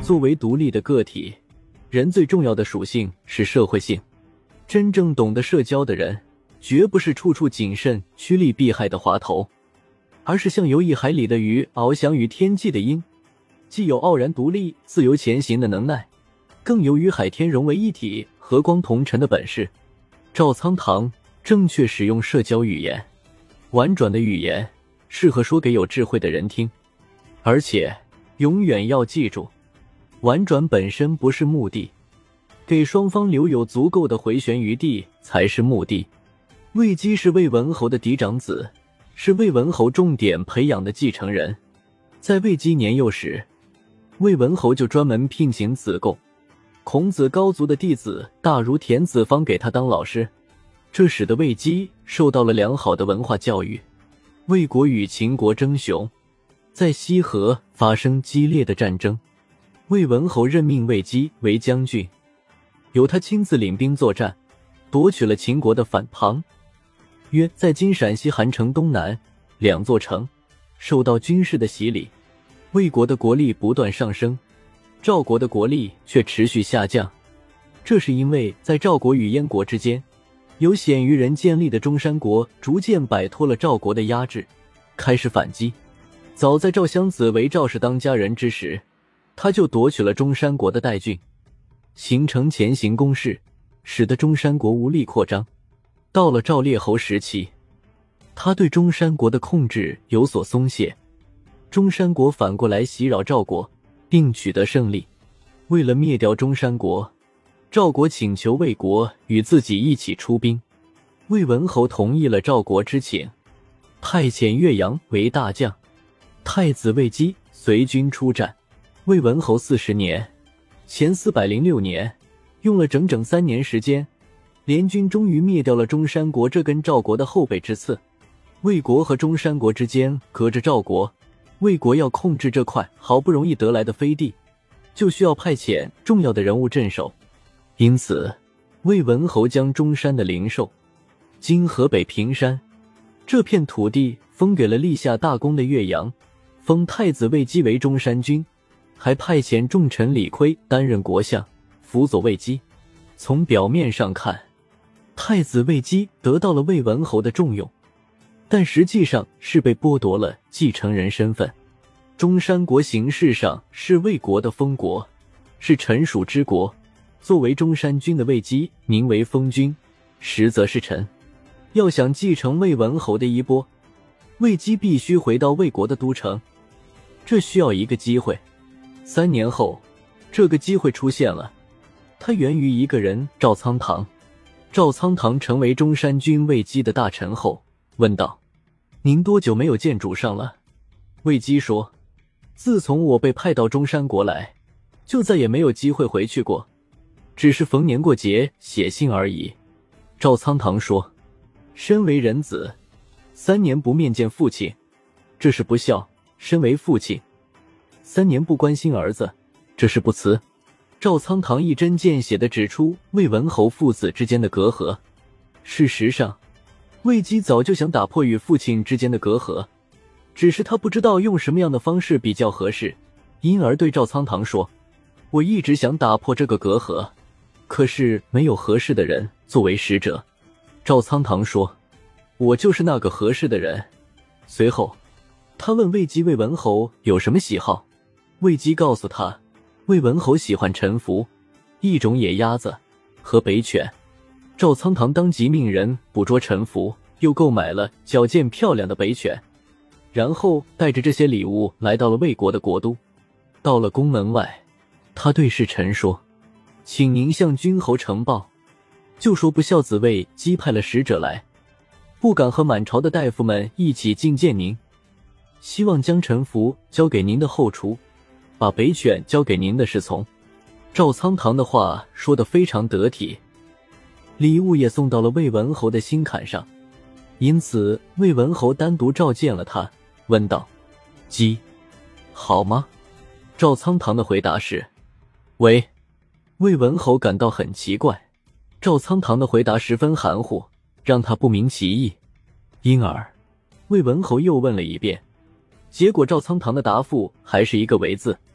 作为独立的个体，人最重要的属性是社会性。真正懂得社交的人，绝不是处处谨慎、趋利避害的滑头，而是像游弋海里的鱼，翱翔于天际的鹰，既有傲然独立、自由前行的能耐，更有与海天融为一体、和光同尘的本事。赵苍堂正确使用社交语言，婉转的语言适合说给有智慧的人听，而且永远要记住，婉转本身不是目的，给双方留有足够的回旋余地才是目的。魏姬是魏文侯的嫡长子，是魏文侯重点培养的继承人。在魏姬年幼时，魏文侯就专门聘请子贡、孔子高族的弟子大儒田子方给他当老师，这使得魏姬受到了良好的文化教育。魏国与秦国争雄，在西河发生激烈的战争，魏文侯任命魏姬为将军，由他亲自领兵作战，夺取了秦国的反庞、约在今陕西韩城东南2座城，受到军事的洗礼。魏国的国力不断上升，赵国的国力却持续下降。这是因为在赵国与燕国之间，有鲜于人建立的中山国逐渐摆脱了赵国的压制，开始反击。早在赵襄子为赵氏当家人之时，他就夺取了中山国的代郡，形成前行攻势，使得中山国无力扩张。到了赵烈侯时期，他对中山国的控制有所松懈，中山国反过来袭扰赵国，并取得胜利。为了灭掉中山国，赵国请求魏国与自己一起出兵。魏文侯同意了赵国之请，派遣岳阳为大将，太子魏姬随军出战。魏文侯40年，前406年，用了整整3年时间，联军终于灭掉了中山国这根赵国的后背之刺。魏国和中山国之间隔着赵国，魏国要控制这块好不容易得来的飞地，就需要派遣重要的人物镇守。因此，魏文侯将中山的灵寿（今河北平山）这片土地封给了立下大功的岳阳，封太子魏姬为中山君，还派遣重臣李悝担任国相，辅佐魏姬。从表面上看，太子魏姬得到了魏文侯的重用，但实际上是被剥夺了继承人身份。中山国形式上是魏国的封国，是臣属之国，作为中山君的魏姬名为封君，实则是臣。要想继承魏文侯的衣钵，魏姬必须回到魏国的都城，这需要一个机会。3年后，这个机会出现了，它源于一个人赵苍堂。赵苍堂成为中山君魏姬的大臣后，问道：您多久没有见主上了？魏姬说：自从我被派到中山国来，就再也没有机会回去过，只是逢年过节写信而已。赵苍堂说：身为人子，3年不面见父亲，这是不孝；身为父亲，3年不关心儿子，这是不慈。赵苍堂一针见血地指出魏文侯父子之间的隔阂。事实上，魏姬早就想打破与父亲之间的隔阂，只是他不知道用什么样的方式比较合适，因而对赵苍堂说：我一直想打破这个隔阂，可是没有合适的人作为使者。赵苍堂说：我就是那个合适的人。随后他问魏姬魏文侯有什么喜好，魏姬告诉他，魏文侯喜欢臣服，一种野鸭子和北犬。赵苍堂当即命人捕捉臣服，又购买了矫健漂亮的北犬，然后带着这些礼物来到了魏国的国都。到了宫门外，他对侍臣说：请您向君侯呈报，就说不孝子魏姬派了使者来，不敢和满朝的大夫们一起觐见您，希望将臣服交给您的后厨，把北犬交给您的侍从。赵苍堂的话说得非常得体，礼物也送到了魏文侯的心坎上，因此魏文侯单独召见了他，问道：姬好吗？赵苍堂的回答是：喂。魏文侯感到很奇怪，赵苍堂的回答十分含糊，让他不明其意，因而魏文侯又问了一遍，结果赵苍堂的答复还是一个为字。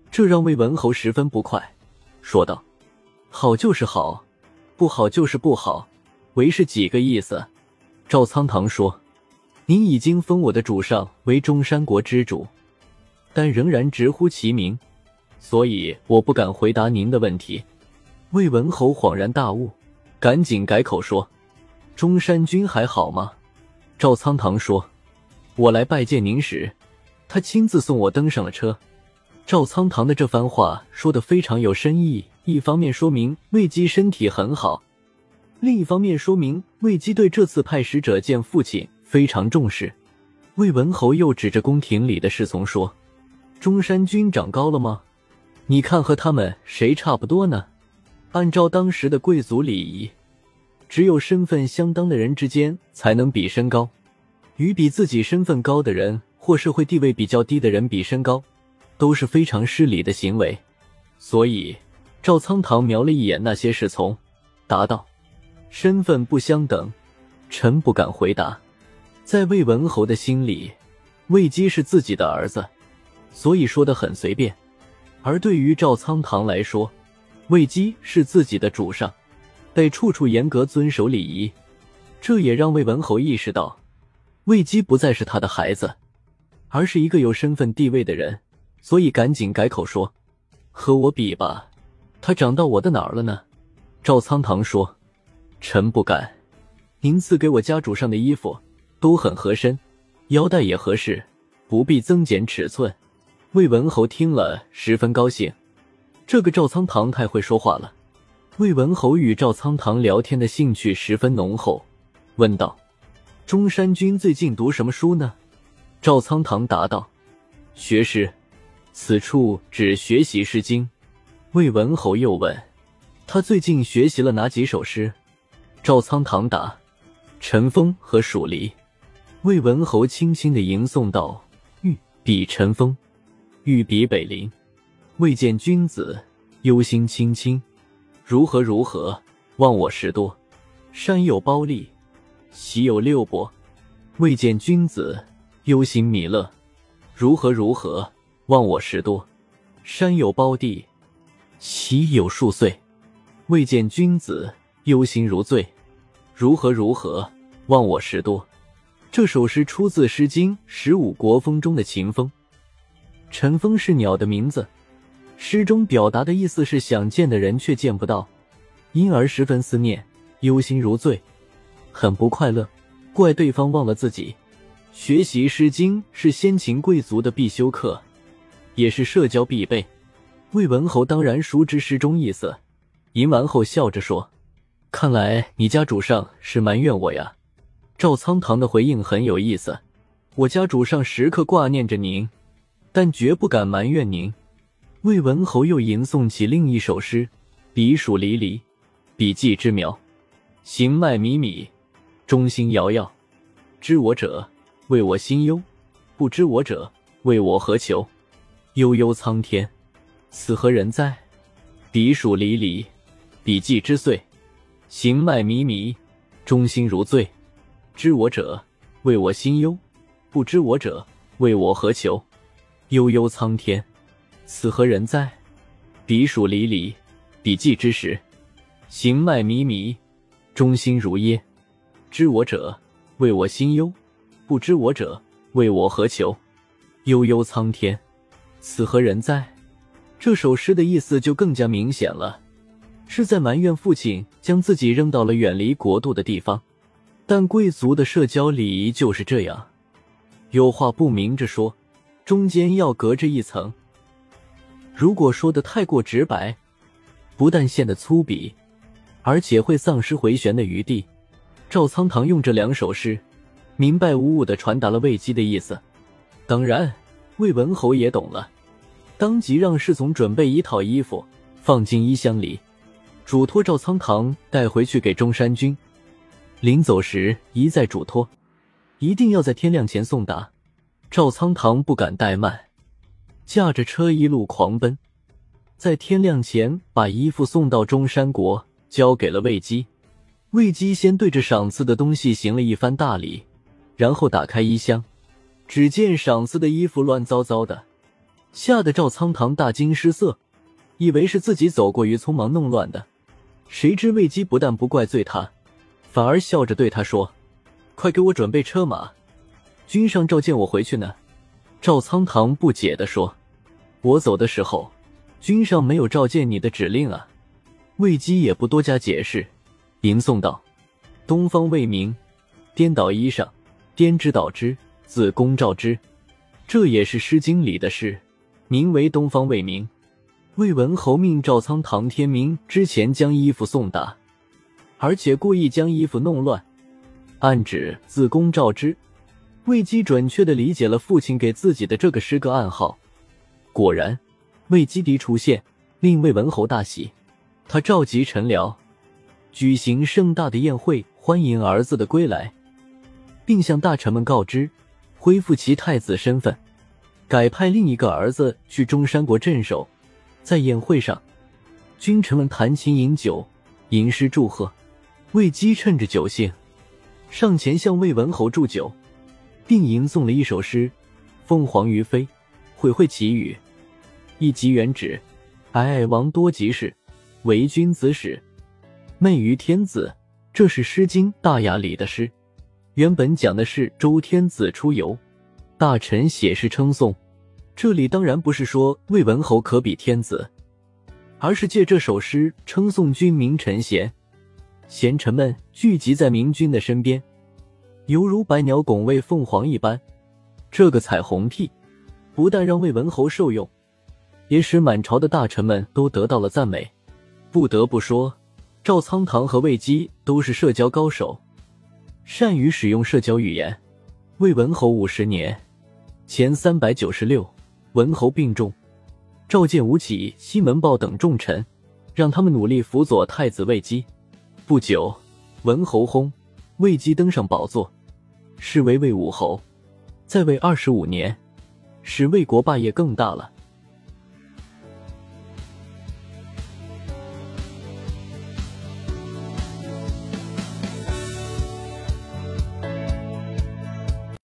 这让魏文侯十分不快，说道：“好就是好，不好就是不好，为是几个意思？”赵苍堂说：“您已经封我的主上为中山国之主，但仍然直呼其名，所以我不敢回答您的问题。”魏文侯恍然大悟，赶紧改口说：“中山君还好吗？”赵苍堂说：“我来拜见您时，他亲自送我登上了车。”赵苍堂的这番话说得非常有深意，一方面说明魏姬身体很好，另一方面说明魏姬对这次派使者见父亲非常重视。魏文侯又指着宫廷里的侍从说：“中山君长高了吗？你看和他们谁差不多呢？”按照当时的贵族礼仪，只有身份相当的人之间才能比身高，与比自己身份高的人或社会地位比较低的人比身高，都是非常失礼的行为。所以赵苍堂瞄了一眼那些侍从，答道：“身份不相等，臣不敢回答。”在魏文侯的心里，魏姬是自己的儿子，所以说得很随便。而对于赵苍堂来说，魏姬是自己的主上，得处处严格遵守礼仪。这也让魏文侯意识到，魏姬不再是他的孩子，而是一个有身份地位的人，所以赶紧改口说：“和我比吧，他长到我的哪儿了呢？”赵苍堂说：“臣不敢。您赐给我家主上的衣服都很合身，腰带也合适，不必增减尺寸。”魏文侯听了十分高兴，这个赵苍堂太会说话了。魏文侯与赵苍堂聊天的兴趣十分浓厚，问道：“中山君最近读什么书呢？”赵苍堂答道：“学诗。”此处指学习诗经。魏文侯又问：“他最近学习了哪几首诗？”赵苍堂答：“陈风和蜀离。”魏文侯轻轻地吟诵道：“欲比陈风，欲比北林。未见君子，忧心忡忡。如何如何，忘我时多。山有褒姒，喜有六伯。未见君子，忧心弥勒。如何如何，忘我时多。山有褒姒，喜有数岁。未见君子，忧心如醉。如何如何，忘我时多。”这首诗出自《诗经·15国风》中的秦风。陈风是鸟的名字，诗中表达的意思是想见的人却见不到，因而十分思念，忧心如醉，很不快乐，怪对方忘了自己。学习《诗经》是先秦贵族的必修课，也是社交必备。魏文侯当然熟知诗中意思，吟完后笑着说：“看来你家主上是埋怨我呀。”赵苍堂的回应很有意思：“我家主上时刻挂念着您，但绝不敢埋怨您。”魏文侯又吟诵起另一首诗：“彼黍离离，彼稷之苗。行迈靡靡，中心摇摇。知我者，谓我心忧；不知我者，谓我何求。悠悠苍天，此何人哉？彼黍离离，彼稷之岁。行迈靡靡，中心如醉。知我者，谓我心忧；不知我者，谓我何求。悠悠苍天，此何人哉？彼黍离离，彼稷之时。行迈靡靡，中心如噎。知我者，谓我心忧；不知我者，谓我何求。悠悠苍天，此何人哉？这首诗的意思就更加明显了，是在埋怨父亲将自己扔到了远离国度的地方。但贵族的社交礼仪就是这样，有话不明着说，中间要隔着一层。如果说得太过直白，不但显得粗鄙，而且会丧失回旋的余地。赵苍堂用这两首诗，明白无误地传达了魏姬的意思。当然，魏文侯也懂了，当即让侍从准备一套衣服，放进衣箱里，嘱托赵苍堂带回去给中山君。临走时一再嘱托，一定要在天亮前送达。赵苍堂不敢怠慢，驾着车一路狂奔，在天亮前把衣服送到中山国，交给了魏姬。魏姬先对着赏赐的东西行了一番大礼，然后打开衣箱，只见赏赐的衣服乱糟糟的， 吓得赵苍堂大惊失色，以为是自己走过于匆忙弄乱的，谁知魏姬不但不怪罪他，反而笑着对他说：“快给我准备车马，君上召见我回去呢。”赵苍堂不解地说：“我走的时候，君上没有召见你的指令啊。”魏姬也不多加解释，吟诵道：“东方未明，颠倒衣裳，颠之倒之，自公召之。”这也是《诗经》里的诗，名为东方未明。魏文侯命赵苍堂天明之前将衣服送达，而且故意将衣服弄乱，暗指自公召之。魏姬准确地理解了父亲给自己的这个诗个暗号。果然，魏姬敌出现，令魏文侯大喜。他召集臣僚，举行盛大的宴会，欢迎儿子的归来，并向大臣们告知恢复其太子身份，改派另一个儿子去中山国镇守。在宴会上，君臣们弹琴饮酒，吟诗祝贺。魏姬趁着酒兴，上前向魏文侯祝酒，并吟诵了一首诗：凤凰于飞，悔会其语。一及元止，哀王多疾事，为君子使，媚于天子。这是《诗经·大雅》里的诗，原本讲的是周天子出游，大臣写诗称颂。这里当然不是说魏文侯可比天子，而是借这首诗称颂君明臣贤。贤臣们聚集在明君的身边，犹如百鸟拱卫凤凰一般。这个彩虹屁不但让魏文侯受用，也使满朝的大臣们都得到了赞美。不得不说，赵苍堂和魏姬都是社交高手，善于使用社交语言。魏文侯50年，前396，文侯病重，召见吴起、西门豹等重臣，让他们努力辅佐太子魏姬。不久，文侯薨，魏姬登上宝座，是为魏武侯。在位25年，使魏国霸业更大了。